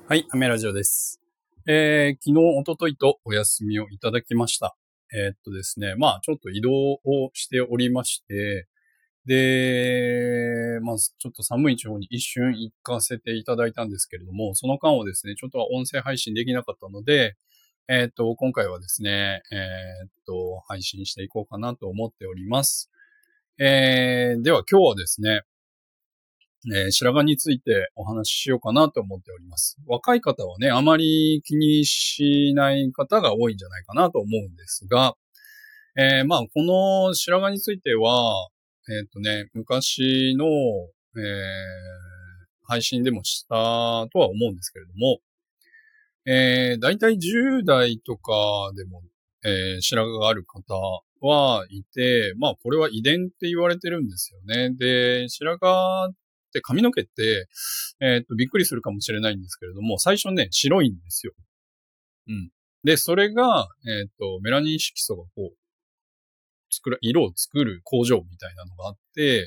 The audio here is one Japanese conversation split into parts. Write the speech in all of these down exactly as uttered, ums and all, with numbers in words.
はい、アメラジオです。えー、昨日、一昨日とお休みをいただきました。えーっとですね、まあ、ちょっと移動をしておりまして、で、まあ、ちょっと寒い地方に一瞬行かせていただいたんですけれども、その間をですね、ちょっと音声配信できなかったので、えーっと、今回はですね、えーっと、配信していこうかなと思っております。えー、では今日はですね、えー白髪についてお話ししようかなと思っております。若い方はね、あまり気にしない方が多いんじゃないかなと思うんですが、えーまあ、この白髪については、えっとね、昔の、えー配信でもしたとは思うんですけれども、えー、だいたいじゅう代とかでも、えー白髪がある方はいて、まあこれは遺伝って言われてるんですよね。で、白髪って髪の毛って、えっと、びっくりするかもしれないんですけれども、最初ね、白いんですよ。うん。で、それが、えっと、メラニン色素がこう、作る、色を作る工場みたいなのがあって、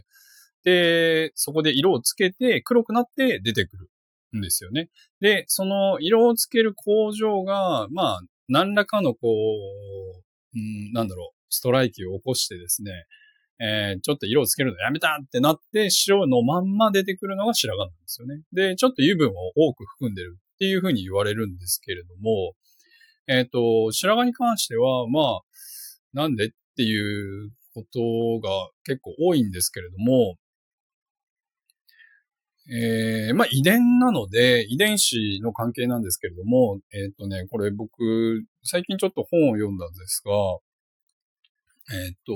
で、そこで色をつけて黒くなって出てくるんですよね。で、その色をつける工場が、まあ、何らかのこう、うん、なんだろう、ストライキを起こしてですね、えーちょっと色をつけるのやめたってなって、白のまんま出てくるのが白髪なんですよね。で、ちょっと油分を多く含んでるっていうふうに言われるんですけれども、えっと、白髪に関しては、まあ、なんでっていうことが結構多いんですけれども、えー、まあ遺伝なので、遺伝子の関係なんですけれども、えっとね、これ僕、最近ちょっと本を読んだんですが、えっと、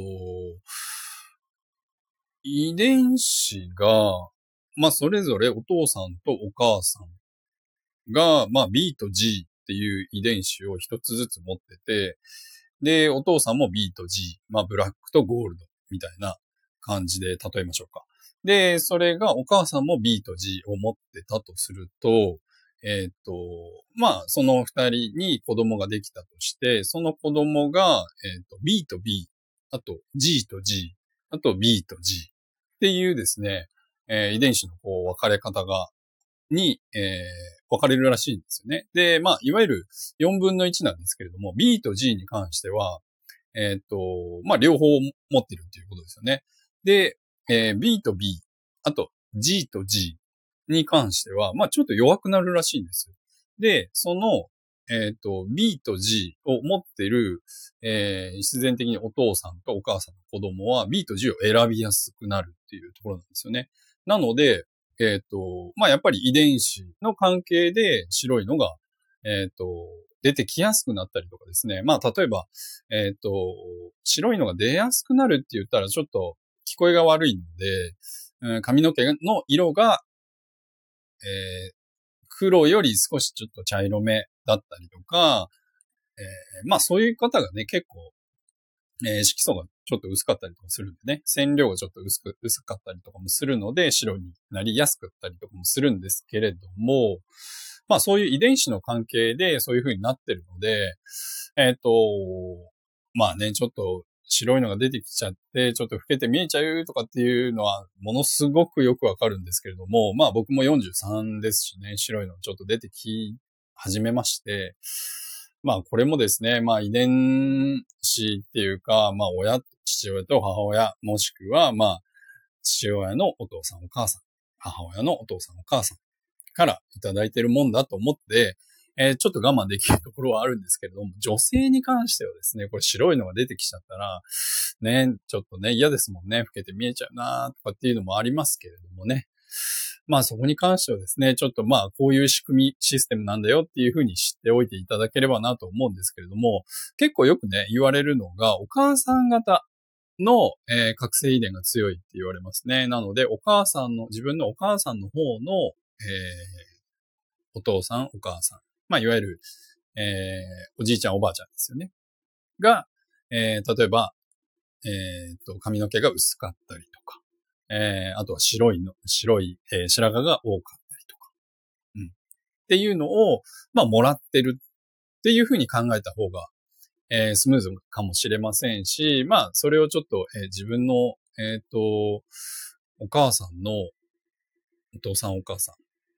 遺伝子が、まあそれぞれお父さんとお母さんが、まあ B と G っていう遺伝子を一つずつ持ってて、で、お父さんも B と G、まあブラックとゴールドみたいな感じで例えましょうか。で、それがお母さんも B と G を持ってたとすると、えっと、まあ、その二人に子供ができたとして、その子供が、えっと、B と B、あと G と G、あと B と G っていうですね、えー遺伝子のこう分かれ方が、に、えー分かれるらしいんですよね。で、まあ、いわゆるよんぶんのいちなんですけれども、B と G に関しては、えっと、まあ、両方持ってるっていうことですよね。で、えー B と B、あと G と G に関しては、まあ、ちょっと弱くなるらしいんですよ。で、その、えっと、B と G を持ってる、えー必然的にお父さんとお母さんの子供は B と G を選びやすくなるっていうところなんですよね。なので、えっと、まあ、やっぱり遺伝子の関係で白いのが、えっと、出てきやすくなったりとかですね。まあ、例えば、えっと、白いのが出やすくなるって言ったらちょっと聞こえが悪いので、うん髪の毛の色が、えー黒より少しちょっと茶色めだったりとか、えーまあそういう方がね、結構、えー色素がちょっと薄かったりとかするんでね、染料がちょっと薄く、薄かったりとかもするので、白になりやすかったりとかもするんですけれども、まあそういう遺伝子の関係でそういう風になってるので、えっと、まあね、ちょっと白いのが出てきちゃって、ちょっと老けて見えちゃうとかっていうのは、ものすごくよくわかるんですけれども、まあ僕もよんじゅうさんですしね、白いのちょっと出てき始めまして、まあこれもですね、まあ遺伝子っていうか、まあ親、父親と母親、もしくはまあ父親のお父さんお母さん、母親のお父さんお母さんからいただいているもんだと思って、えーちょっと我慢できるところはあるんですけれども、女性に関してはですね、これ白いのが出てきちゃったら、ね、ちょっとね、嫌ですもんね。老けて見えちゃうなとかっていうのもありますけれどもね。まあそこに関してはですね、ちょっとまあこういう仕組み、システムなんだよっていうふうに知っておいていただければなと思うんですけれども、結構よくね、言われるのが、お母さん方の、えー覚醒遺伝が強いって言われますね。なので、お母さんの、自分のお母さんの方の、えーお父さん、お母さん。まあ、いわゆる、えーおじいちゃん、おばあちゃんですよね。が、えー例えば、えーと、髪の毛が薄かったりとか、えーあとは白いの、白い、えー白髪が多かったりとか、うん。っていうのを、まあ、もらってるっていうふうに考えた方が、えースムーズかもしれませんし、まあ、それをちょっと、えー自分の、えっと、お母さんのお父さんお母さん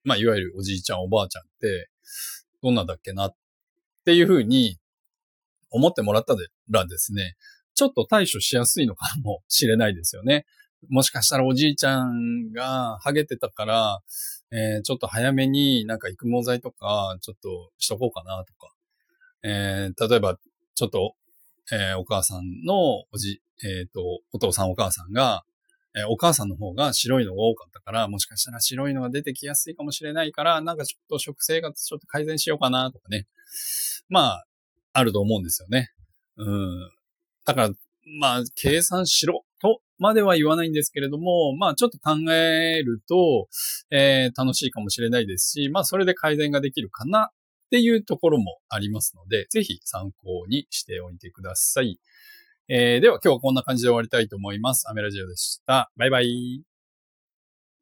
まあ、いわゆるおじいちゃんおばあちゃんって、どんなんだっけなっていうふうに思ってもらったらですね、ちょっと対処しやすいのかもしれないですよね。もしかしたらおじいちゃんがハゲてたから、えー、ちょっと早めになんか育毛剤とかちょっとしとこうかなとか、えー、例えばちょっと、えー、お母さんのおじ、えっと、お父さんお母さんが、えーお母さんの方が白いのが多かったから、もしかしたら白いのが出てきやすいかもしれないから、なんかちょっと食生活ちょっと改善しようかなとかね。まあ、あると思うんですよね。うん。だから、まあ、計算しろとまでは言わないんですけれども、まあ、ちょっと考えると、えー楽しいかもしれないですし、まあ、それで改善ができるかなっていうところもありますので、ぜひ参考にしておいてください。えーでは今日はこんな感じで終わりたいと思います。アメラジオでした。バイバイ。